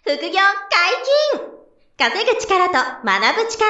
副業解禁！稼ぐ力と学ぶ力。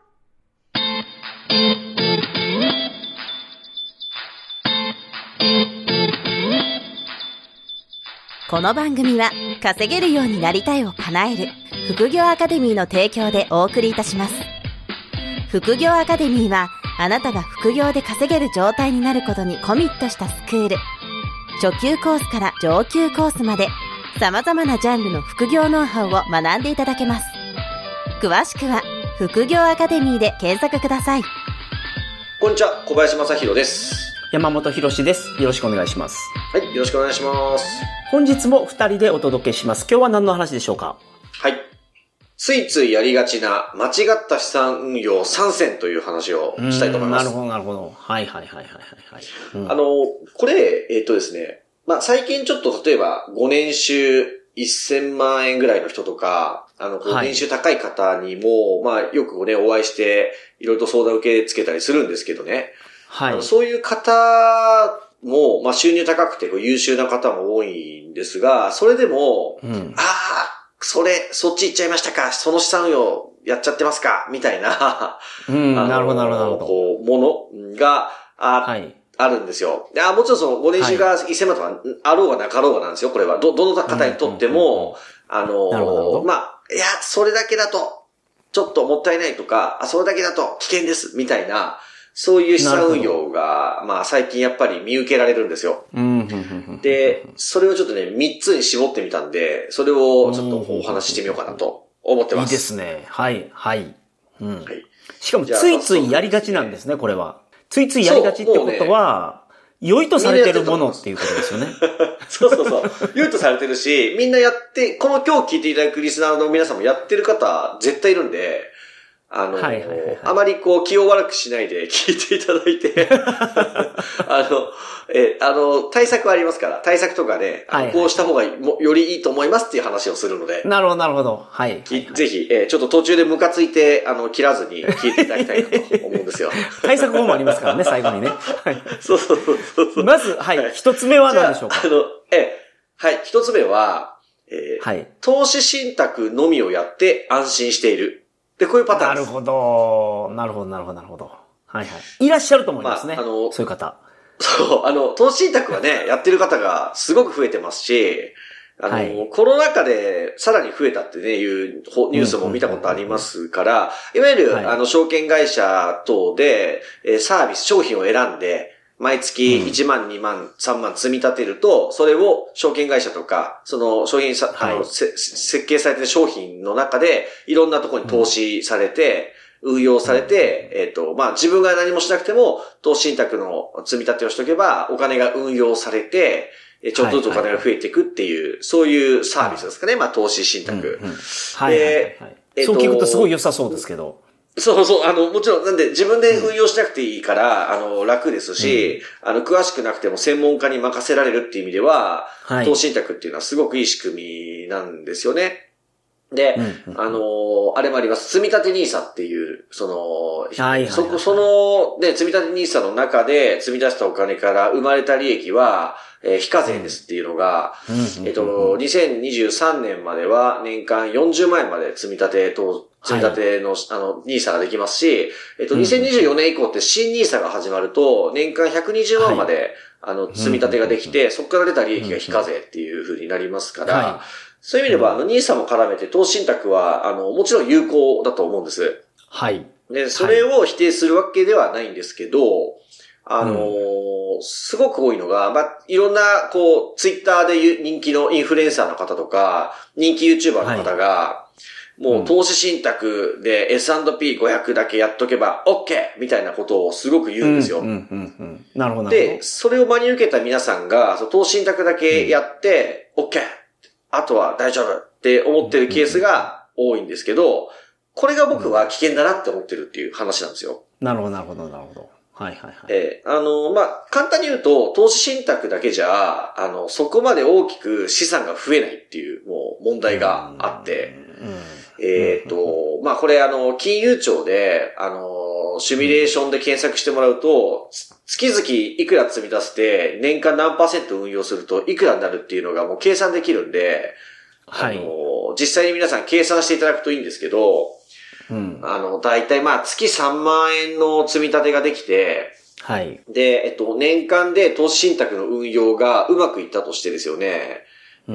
この番組は稼げるようになりたいを叶える副業アカデミーの提供でお送りいたします。副業アカデミーはあなたが副業で稼げる状態になることにコミットしたスクール。初級コースから上級コースまで様々なジャンルの副業ノウハウを学んでいただけます。詳しくは副業アカデミーで検索ください。 こんにちは、小林正弘です。 山本博史です。よろしくお願いします。 はい、よろしくお願いします。 本日も2人でお届けします。今日は何の話でしょうか？ はい。ついついやりがちな間違った資産運用3選という話をしたいと思います。 なるほど、なるほど。はいはいはいはいはい、 これ、ですね、最近ちょっと例えば5年収1000万円ぐらいの人とか、年収高い方にも、よくね、お会いして、いろいろと相談受け付けたりするんですけどね。 はい。 そういう方も、収入高くて優秀な方も多いんですが、それでも、そっち行っちゃいましたか、その資産運用やっちゃってますかみたいな、 なるほど、なるほど。 ものがあるんですよ。もちろんその5年収が1000万とかあろうがなかろうがなんですよ、これは。どの方にとっても、いや、それだけだと、ちょっともったいないとか、それだけだと危険です、みたいな、そういう資産運用が、最近やっぱり見受けられるんですよ。で、それをちょっとね、3つに絞ってみたんで、それをちょっとお話ししてみようかなと思ってます。 いいですね。はい、はい。 はい、 しかもついついやりがちなんですね、これは。ついついやりがちってことは、良いとされてるものっていうことですよね。 そう。良いとされてるし、みんなやって、この今日聞いていただくリスナーの皆さんもやってる方絶対いるんで、あまり気を悪くしないで聞いていただいて、対策はありますから、対策とかね、こうした方がよりいいと思いますっていう話をするので。 なるほど、なるほど。はい。 ぜひ、ちょっと途中でムカついて、切らずに聞いていただきたいなと思うんですよ。 対策法もありますからね、最後にね。はい。 そう。 まず、はい。一つ目は何でしょうか？ はい。一つ目は、投資信託のみをやって安心している。で、こういうパターンです。 なるほど。はいはい。いらっしゃると思いますね。そういう方。 そう、投資信託はね、やってる方がすごく増えてますし、コロナ禍でさらに増えたってね、いうニュースも見たことありますから、いわゆる、証券会社等で、サービス、商品を選んで、毎月1万、2万、3万積み立てると、それを証券会社とか、その商品設計されている商品の中で、いろんなところに投資されて、運用されて、自分が何もしなくても、投資信託の積み立てをしとけば、お金が運用されて、ちょっとずつお金が増えていくっていう、そういうサービスですかね。投資信託。 そう聞くとすごい良さそうですけど。 そう、もちろん、なんで自分で運用しなくていいから、楽ですし、詳しくなくても専門家に任せられるっていう意味では、投資信託っていうのはすごくいい仕組みなんですよね。で、あれもあります。積立 NISA っていう、積立 NISA の中で積み出したお金から生まれた利益は、非課税ですっていうのが、2023年までは年間40万円まで積み立ての、NISA ができますし、2024年以降って新 NISA が始まると、年間120万まで、積み立てができて、そこから出た利益が非課税っていう風になりますから、そういう意味では、NISA も絡めて投資信託は、もちろん有効だと思うんです。 はい。 で、それを否定するわけではないんですけど、すごく多いのが、いろんな、ツイッターで人気のインフルエンサーの方とか、人気 YouTuber の方が、もう投資信託で S&P500 だけやっとけば OK! みたいなことをすごく言うんですよ。 なるほど。 で、それを真に受けた皆さんが、投資信託だけやって、OK! あとは大丈夫って思ってるケースが多いんですけど、これが僕は危険だなって思ってるっていう話なんですよ。 なるほど。はい。 簡単に言うと、投資信託だけじゃ、そこまで大きく資産が増えないっていう、もう問題があって、これ金融庁で、シミュレーションで検索してもらうと、月々いくら積み出して、年間何%運用するといくらになるっていうのがもう計算できるんで、 実際に皆さん計算していただくといいんですけど、 うん。 だいたい月3万円の積み立てができて、 はい。 で、年間で投資信託の運用がうまくいったとしてですよね。 うん、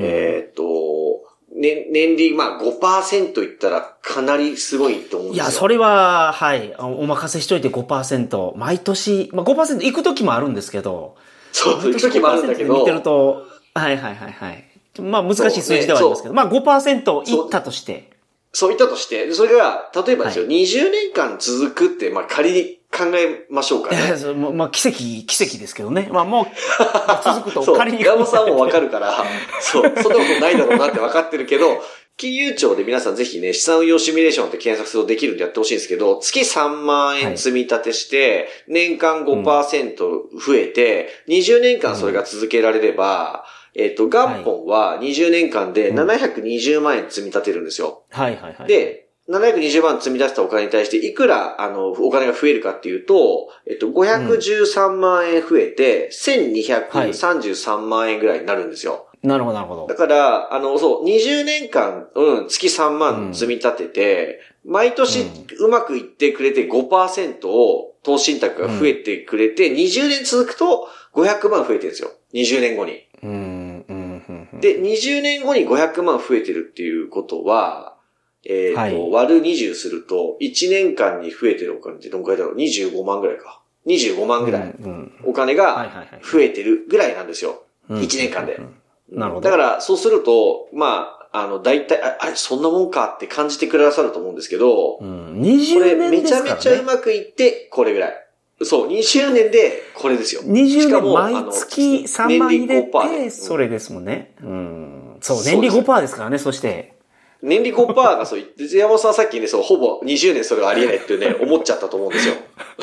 年利5% いったらかなりすごいと思うんですよ。 いや、それは、はい。お任せしといて 5%。毎年、5% 行く時もあるんですけど。 そう、行く時もあるんだけど。 見てると、はい。難しい数字ではありますけど、5% いったとして。 そういったとして、それが、例えばですよ、20年間続くって、仮に考えましょうかね。 奇跡ですけどね。もう、続くと仮に。 山本さんもわかるから、そんなことないだろうなってわかってるけど、金融庁で皆さんぜひね、資産運用シミュレーションって検索するとできるんでやってほしいんですけど、月3万円積み立てして、年間 5% 増えて、20年間それが続けられれば、元本は20年間で720万円積み立てるんですよ。で、720万積み出したお金に対して、いくら、お金が増えるかっていうと、513万円増えて、1233万円ぐらいになるんですよ。 なるほど。 だから、20年間、月3万積み立てて、毎年うまくいってくれて 5% を投資信託が増えてくれて、20年続くと500万増えてるんですよ。20年後に。で、20年後に500万増えてるっていうことは、割る20すると、1年間に増えてるお金ってどんくらいだろう ?25 万ぐらいか。25万ぐらい。お金が増えてるぐらいなんですよ。1年間で。 なるほど。 だから、そうすると、大体、そんなもんかって感じてくださると思うんですけど、 20年ですからね。 これめちゃめちゃうまくいって、これぐらい。そう、20年でこれですよ。 20年毎月3万入れて、それですもんね。そう、年利 5% ですからね、そして。 年利 5% がそう、山本さんさっきね、ほぼ20年それはありえないってね、思っちゃったと思うんですよ。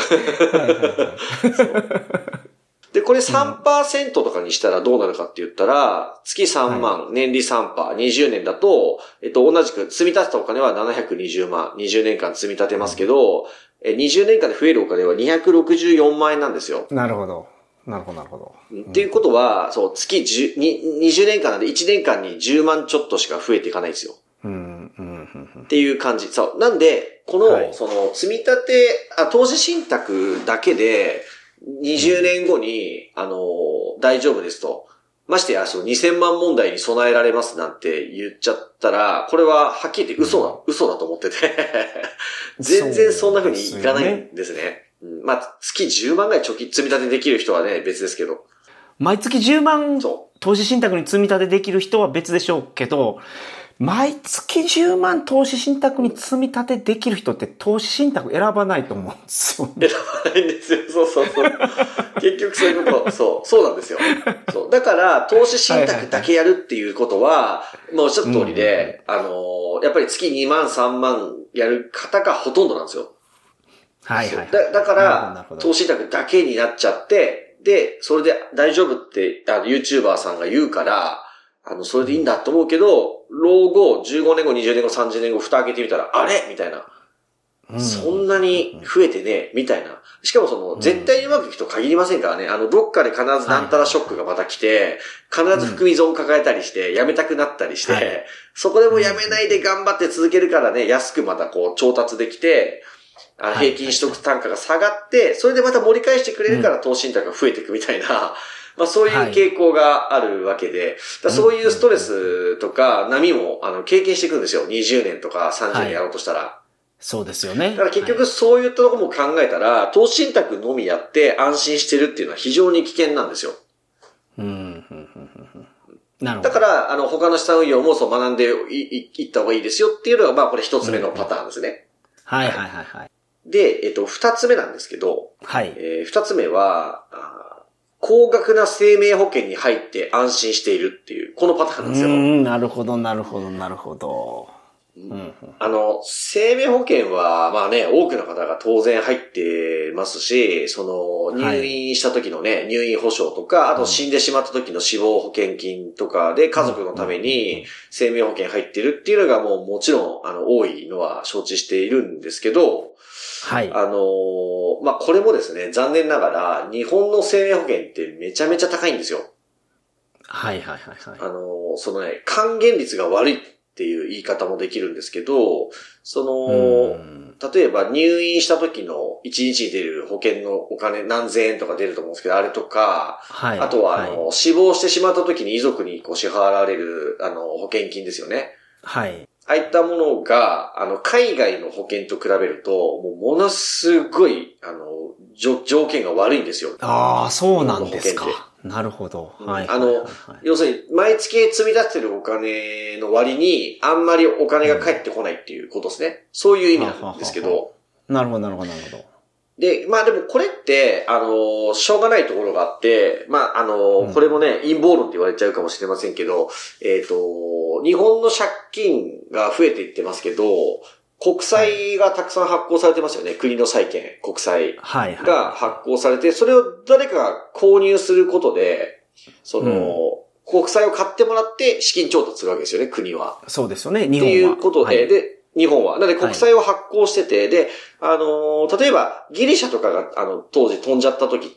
で、これ 3% とかにしたらどうなるかって言ったら、月3万、年利 3%、20年だと、同じく積み立てたお金は720万、20年間積み立てますけど、20年間で増えるお金は264万円なんですよ。 なるほど。 っていうことは、そう、20年間なんで1年間に10万ちょっとしか増えていかないんですよ。っていう感じ。そう。なんで、この、積み立て、投資信託だけで、20年後に、大丈夫ですと。ましてや、2000万問題に備えられますなんて言っちゃったら、これははっきり言って嘘だと思ってて。全然そんな風にいかないんですね。月10万ぐらい積み立てできる人はね、別ですけど。 毎月10万投資信託に積み立てできる人は別でしょうけど、毎月10万投資信託に積み立てできる人って投資信託選ばないと思うんですよ。 選ばないんですよ。そう。結局そういうこと、そうなんですよ。そう。だから、投資信託だけやるっていうことは、もうおっしゃった通りで、やっぱり月2万3万やる方がほとんどなんですよ。だから、投資信託だけになっちゃって、で、それで大丈夫って、YouTuber さんが言うから、それでいいんだと思うけど、老後、15年後、20年後、30年後、蓋開けてみたら、あれみたいな。そんなに増えてね、みたいな。しかも絶対にうまくいくと限りませんからね。どっかで必ずなんたらショックがまた来て、必ず含み損を抱えたりして、やめたくなったりして、そこでもやめないで頑張って続けるからね、安くまた調達できて、平均取得単価が下がって、それでまた盛り返してくれるから投資信託が増えていくみたいな、そういう傾向があるわけで、そういうストレスとか波も経験していくんですよ。20年とか30年やろうとしたら。 そうですよね。 だから結局そういったところも考えたら、投資信託のみやって安心してるっていうのは非常に危険なんですよ。 なるほど。 だから、他の資産運用も学んでいった方がいいですよっていうのが、これ一つ目のパターンですね。で、二つ目なんですけど、二つ目は、高額な生命保険に入って安心しているっていう、このパターンなんですよ。 なるほど。 生命保険は、多くの方が当然入ってますし、入院した時のね、入院保障とか、あと死んでしまった時の死亡保険金とかで家族のために生命保険入ってるっていうのがもちろん、多いのは承知しているんですけど、これもですね、残念ながら、日本の生命保険ってめちゃめちゃ高いんですよ。還元率が悪いってっていう言い方もできるんですけど、例えば入院した時の1日に出る保険のお金何千円とか出ると思うんですけど、あれとか、はい、あとは死亡してしまった時に遺族に支払われる保険金ですよね。 はい。 ああいったものが、海外の保険と比べると、ものすごい、条件が悪いんですよ。 ああ、そうなんですか。なるほど。はい。 要するに、毎月積み立ててるお金の割に、あんまりお金が返ってこないっていうことですね。そういう意味なんですけど。 なるほど、なるほど、なるほど。 で、まあでもこれって、しょうがないところがあって、まあこれもね、陰謀論って言われちゃうかもしれませんけど、日本の借金が増えていってますけど、国債がたくさん発行されてますよね。国の債券、国債が発行されて、それを誰かが購入することで、国債を買ってもらって資金調達するわけですよね、国は。 そうですよね、日本は。 っていうことで、で、日本は。なので国債を発行してて、で、例えばギリシャとかが当時飛んじゃった時って、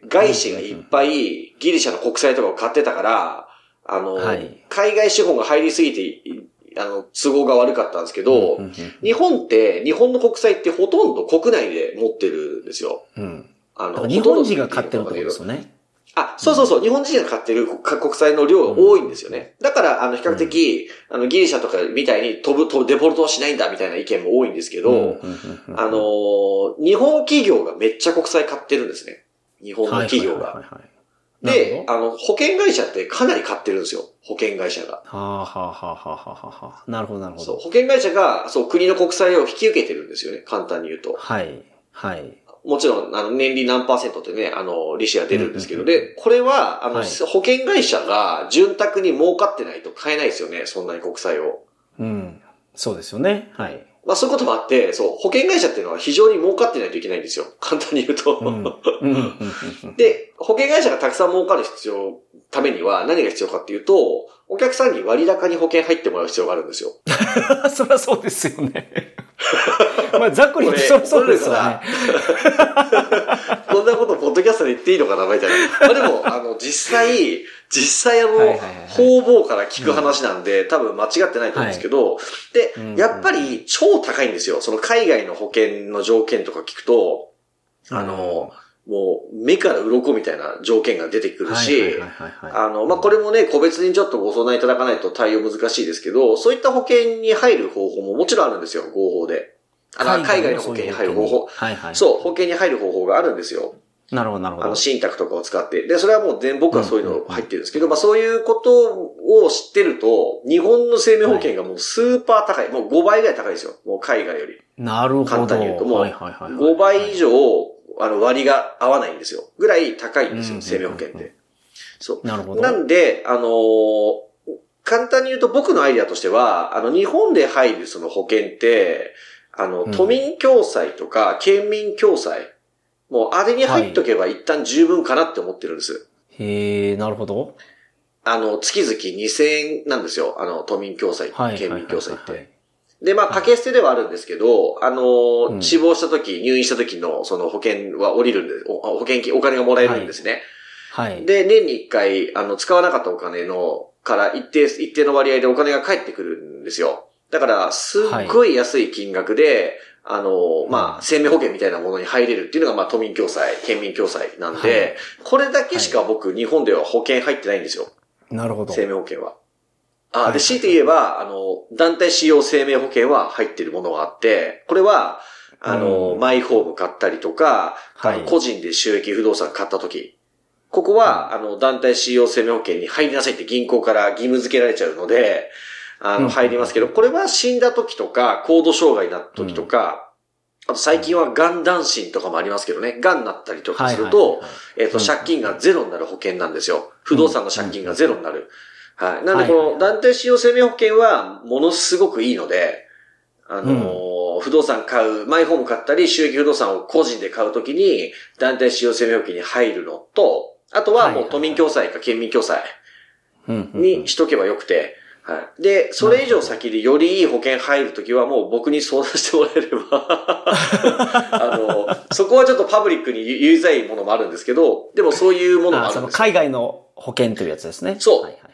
外資がいっぱいギリシャの国債とかを買ってたから、海外資本が入りすぎて、都合が悪かったんですけど、日本の国債ってほとんど国内で持ってるんですよ。 日本人が買ってるってことですよね。 そう。日本人が買ってる国債の量が多いんですよね。だから、比較的、ギリシャとかみたいにデフォルトはしないんだみたいな意見も多いんですけど、日本企業がめっちゃ国債買ってるんですね。日本の企業が。で、保険会社ってかなり買ってるんですよ。保険会社が。 なるほど、なるほど。 そう、保険会社が、国の国債を引き受けてるんですよね。簡単に言うと。 はい。はい。 もちろん、年利何%ってね、利子が出るんですけど、で、これは、保険会社が潤沢に儲かってないと買えないですよね。そんなに国債を。 そうですよね。はい。 まあそういうこともあって、そう、保険会社っていうのは非常に儲かってないといけないんですよ。簡単に言うと。で、保険会社がたくさん儲かるためには何が必要かっていうと、お客さんに割高に保険入ってもらう必要があるんですよ。 そりゃそうですよね。まあざっくり言ってそうですよね。 こんなことポッドキャストで言っていいのかなみたいな。まあでも、実際方々から聞く話なんで、多分間違ってないと思うんですけど、で、やっぱり超高いんですよ。その海外の保険の条件とか聞くと、もう目から鱗みたいな条件が出てくるし、まあ、これもね、個別にちょっとご相談いただかないと対応難しいですけど、そういった保険に入る方法ももちろんあるんですよ、合法で。海外の保険に入る方法。そう、保険に入る方法があるんですよ。 なるほど、なるほど。 信託とかを使って。で、それはもう僕はそういうの入ってるんですけど、まあそういうことを知ってると、日本の生命保険がもうスーパー高い。もう5倍ぐらい高いですよ。もう海外より。 なるほど。 簡単に言うと、もう5倍以上、割が合わないんですよ。ぐらい高いんですよ、生命保険って。そう。 なるほど。 なんで、簡単に言うと僕のアイデアとしては、日本で入るその保険って、都民共済とか県民共済、もうあれに入っとけば一旦十分かなって思ってるんです。 へー、なるほど。 月々2000円なんですよ。都民共済、県民共済って。で、まあ、掛け捨てではあるんですけど、死亡した時、入院した時のその保険は降りるんで、保険金、お金がもらえるんですね。 はい。 で、年に1回、使わなかったお金から一定の割合でお金が返ってくるんですよ。だから、すっごい安い金額で、まあ、生命保険みたいなものに入れるっていうのが、まあ、都民共済、県民共済なんで、これだけしか僕、日本では保険入ってないんですよ。 なるほど。 生命保険は。で、強いて言えば、団体使用生命保険は入ってるものがあって、これは、マイホーム買ったりとか、個人で収益不動産買った時、ここは、団体使用生命保険に入りなさいって銀行から義務付けられちゃうので、入りますけど、これは死んだ時とか、高度障害になった時とか、あと最近は癌断診とかもありますけどね、癌になったりとかすると、借金がゼロになる保険なんですよ。不動産の借金がゼロになる。はい。なんでこの団体使用生命保険はものすごくいいので、不動産買う、マイホーム買ったり、収益不動産を個人で買うときに、団体使用生命保険に入るのと、あとはもう都民共済か県民共済にしとけばよくて、はい。で、それ以上先でよりいい保険入るときはもう僕に相談してもらえれば、そこはちょっとパブリックに言いづらいものもあるんですけど、でもそういうものもあるんですよ。 海外の保険というやつですね。 そう。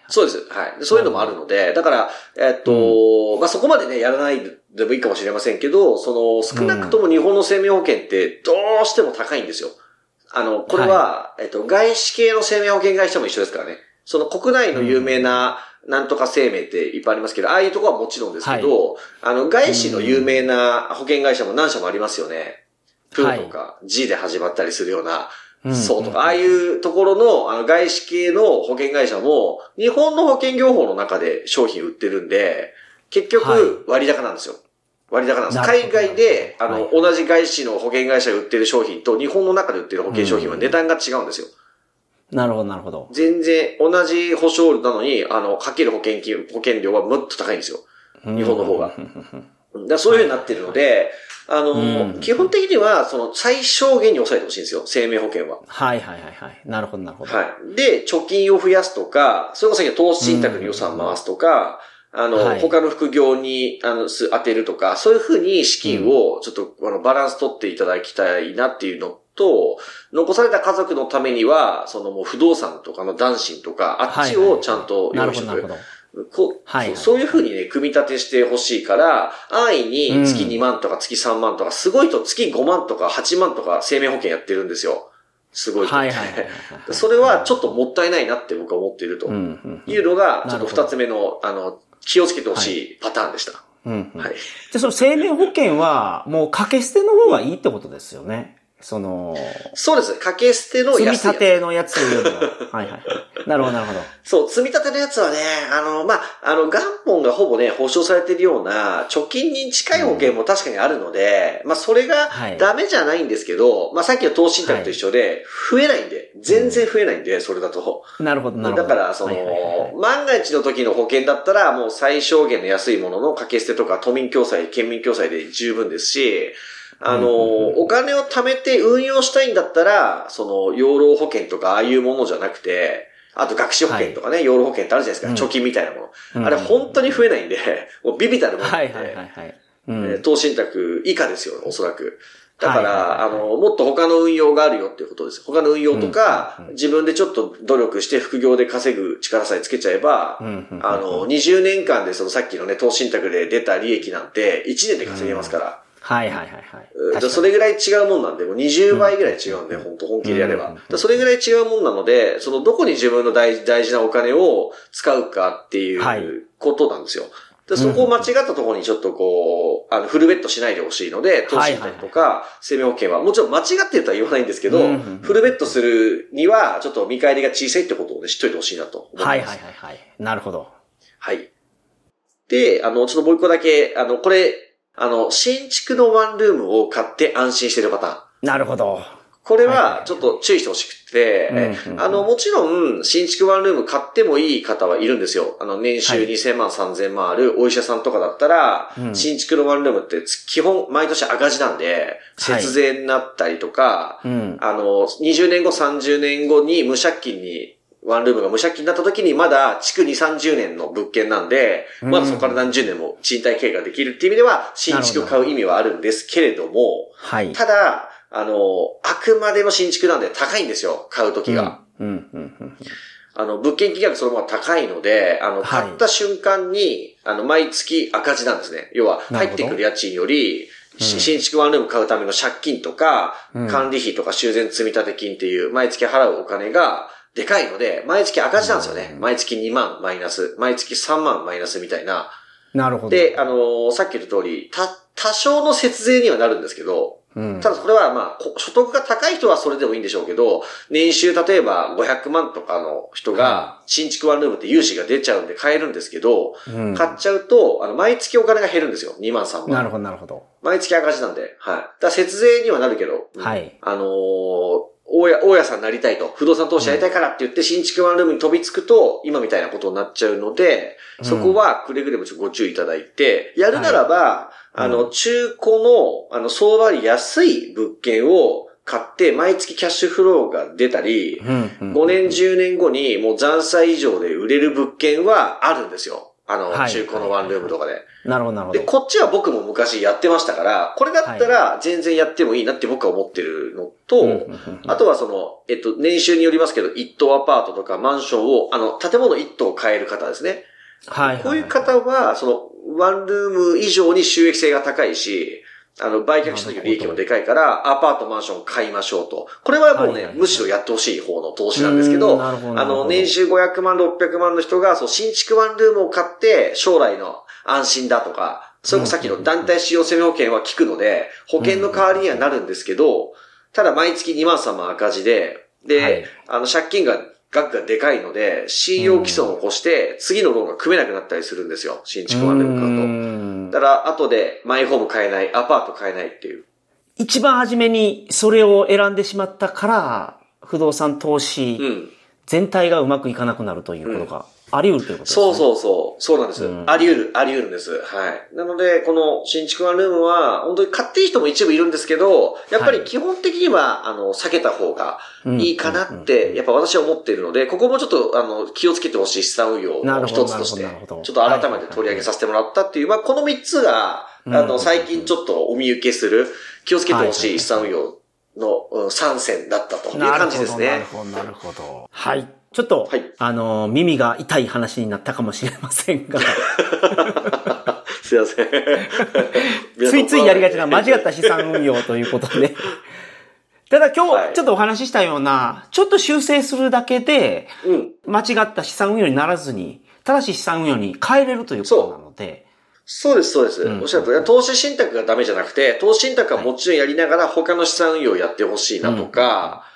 そうです。はい。そういうのもあるので、だから、まあ、そこまでね、やらないでもいいかもしれませんけど、少なくとも日本の生命保険ってどうしても高いんですよ。これは、外資系の生命保険会社も一緒ですからね。国内の有名な、なんとか生命っていっぱいありますけど、ああいうところはもちろんですけど、外資の有名な保険会社も何社もありますよね。プーとか G で始まったりするような、そうとか、ああいうところの、外資系の保険会社も、日本の保険業法の中で商品売ってるんで、結局、割高なんですよ。割高なんです。海外で、同じ外資の保険会社が売ってる商品と、日本の中で売ってる保険商品は値段が違うんですよ。 なるほど、なるほど。 全然、同じ保証なのに、かける保険料はもっと高いんですよ。日本の方が。そういう風になってるので、基本的には、最小限に抑えてほしいんですよ、生命保険は。 はいはいはいはい。なるほどなるほど。 はい。で、貯金を増やすとか、それこそ投資信託に予算回すとか、他の副業に、当てるとか、そういう風に資金を、ちょっと、バランス取っていただきたいなっていうのと、残された家族のためには、もう不動産とかの男子とか、あっちをちゃんと用意しておく。そういう風にね、組み立てしてほしいから、安易に月2万とか月3万とか、すごいと月5万とか8万とか生命保険やってるんですよ。すごいと。それはちょっともったいないなって僕は思っているというのが、ちょっと2つ目の、気をつけてほしいパターンでした。はい。 じゃあ生命保険は、もう掛け捨ての方がいいってことですよね。 そうです。掛け捨てのやつ。積み立てのやつよりも。はいはい。なるほどなるほど。 そう、積み立てのやつはね、元本がほぼね、保証されているような、貯金に近い保険も確かにあるので、それがダメじゃないんですけど、さっきの投資信託と一緒で、増えないんで、全然増えないんで、それだと。 なるほどなるほど。 だから、万が一の時の保険だったら、もう最小限の安いものの掛け捨てとか、都民共済、県民共済で十分ですし、お金を貯めて運用したいんだったら、養老保険とかああいうものじゃなくて、あと学資保険とかね、養老保険ってあるじゃないですか、貯金みたいなもの。あれ本当に増えないんで、もうビビたるもんで、投資信託以下ですよ、おそらく。だから、もっと他の運用があるよっていうことです。他の運用とか、自分でちょっと努力して副業で稼ぐ力さえつけちゃえば、20年間でさっきのね、投資信託で出た利益なんて1年で稼げますから。 はいはいはいはい。 それぐらい違うもんなんで、もう20倍ぐらい違うんで、本気でやれば。それぐらい違うもんなので、どこに自分の大事なお金を使うかっていうことなんですよ。そこを間違ったところにちょっとフルベットしないでほしいので、投資信託とか生命保険は、もちろん間違ってるとは言わないんですけど、フルベットするには、ちょっと見返りが小さいってことをね、知っといてほしいなと思います。 はいはいはいはい。なるほど。 はい。で、ちょっともう一個だけ、これ、新築のワンルームを買って安心してるパターン。 なるほど。 これはちょっと注意してほしくて、もちろん新築ワンルーム買ってもいい方はいるんですよ。年収2000万、3000万あるお医者さんとかだったら、新築のワンルームって基本毎年赤字なんで、節税になったりとか、20年後、30年後に無借金にワンルームが無借金になった時にまだ築2、30年の物件なんで、まだそこから何十年も賃貸経営ができるっていう意味では、新築を買う意味はあるんですけれども、ただ、あくまでも新築なんで高いんですよ、買う時が。物件金額そのまま高いので、買った瞬間に、毎月赤字なんですね。要は、入ってくる家賃より、新築ワンルーム買うための借金とか、管理費とか修繕積立金っていう、毎月払うお金が、でかいので、毎月赤字なんですよね。毎月2万マイナス、毎月3万マイナスみたいな。 なるほど。 で、さっき言った通り、多少の節税にはなるんですけど、ただこれは所得が高い人はそれでもいいんでしょうけど、年収例えば500万とかの人が、新築ワンルームって融資が出ちゃうんで買えるんですけど、買っちゃうと、毎月お金が減るんですよ。2万3万。 なるほど、なるほど。 毎月赤字なんで、はい。だから節税にはなるけど、大家さんになりたいと、不動産投資やりたいからって言って新築ワンルームに飛びつくと、今みたいなことになっちゃうので、そこはくれぐれもご注意いただいて、やるならば、中古の、相場に安い物件を買って、毎月キャッシュフローが出たり、5年、10年後にもう残債以上で売れる物件はあるんですよ。 中古のワンルームとかで。 なるほど、なるほど。 で、こっちは僕も昔やってましたから、これだったら全然やってもいいなって僕は思ってるのと、あとは年収によりますけど、一棟アパートとかマンションを、建物一棟を買える方ですね。はい。こういう方は、ワンルーム以上に収益性が高いし、売却した時の利益もでかいから、アパート、マンション買いましょうと。これはもうね、むしろやってほしい方の投資なんですけど、年収500万、600万の人が、新築ワンルームを買って、将来の安心だとか、それこそさっきの団体使用生命保険は効くので、保険の代わりにはなるんですけど、ただ毎月2万3万赤字で、借金額がでかいので、信用毀損を起こして、次のローンが組めなくなったりするんですよ。新築ワンルーム買うと。だから、後でマイホーム買えない、アパート買えないっていう。 一番初めにそれを選んでしまったから、不動産投資全体がうまくいかなくなるということがあり得るということですね。 そうなんです。あり得るんです。はい。なので、この新築ワンルームは、本当に買っていい人も一部いるんですけど、やっぱり基本的には、避けた方がいいかなって、やっぱ私は思っているので、ここもちょっと、気をつけてほしい資産運用の一つとして、ちょっと改めて取り上げさせてもらったっていう、この3つが、最近ちょっとお見受けする、気をつけてほしい資産運用の3選だったという感じですね。 なるほど。はい。ちょっと、耳が痛い話になったかもしれませんが。 すいません。 ついついやりがちな間違った資産運用ということで。ただ今日ちょっとお話ししたような、ちょっと修正するだけで、間違った資産運用にならずに、正しい資産運用に変えれるということなので。 そうです。おっしゃるとおり、投資信託がダメじゃなくて、投資信託はもちろんやりながら他の資産運用をやってほしいなとか、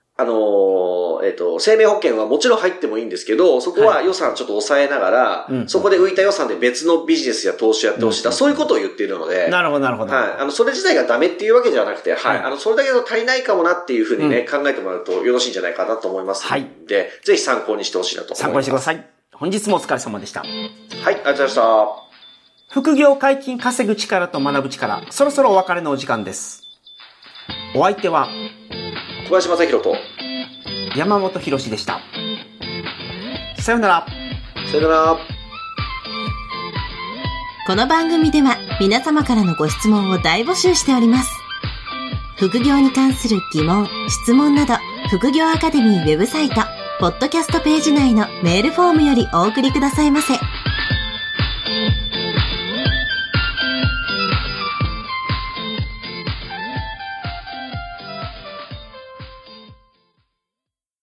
生命保険はもちろん入ってもいいんですけど、そこは予算ちょっと抑えながら、そこで浮いた予算で別のビジネスや投資やってほしい。そういうことを言っているので。 なるほど。 はい。それ自体がダメっていうわけじゃなくて、はい。それだけだと足りないかもなっていうふうにね、考えてもらうとよろしいんじゃないかなと思いますので、ぜひ参考にしてほしいなと思います。 参考にしてください。本日もお疲れ様でした。 はい、ありがとうございました。 副業解禁稼ぐ力と学ぶ力、そろそろお別れのお時間です。お相手は、 小林正宏と、 山本博史でした。さよなら。 さよなら。 この番組では皆様からのご質問を大募集しております。副業に関する疑問、質問など、副業アカデミーウェブサイト、ポッドキャストページ内のメールフォームよりお送りくださいませ。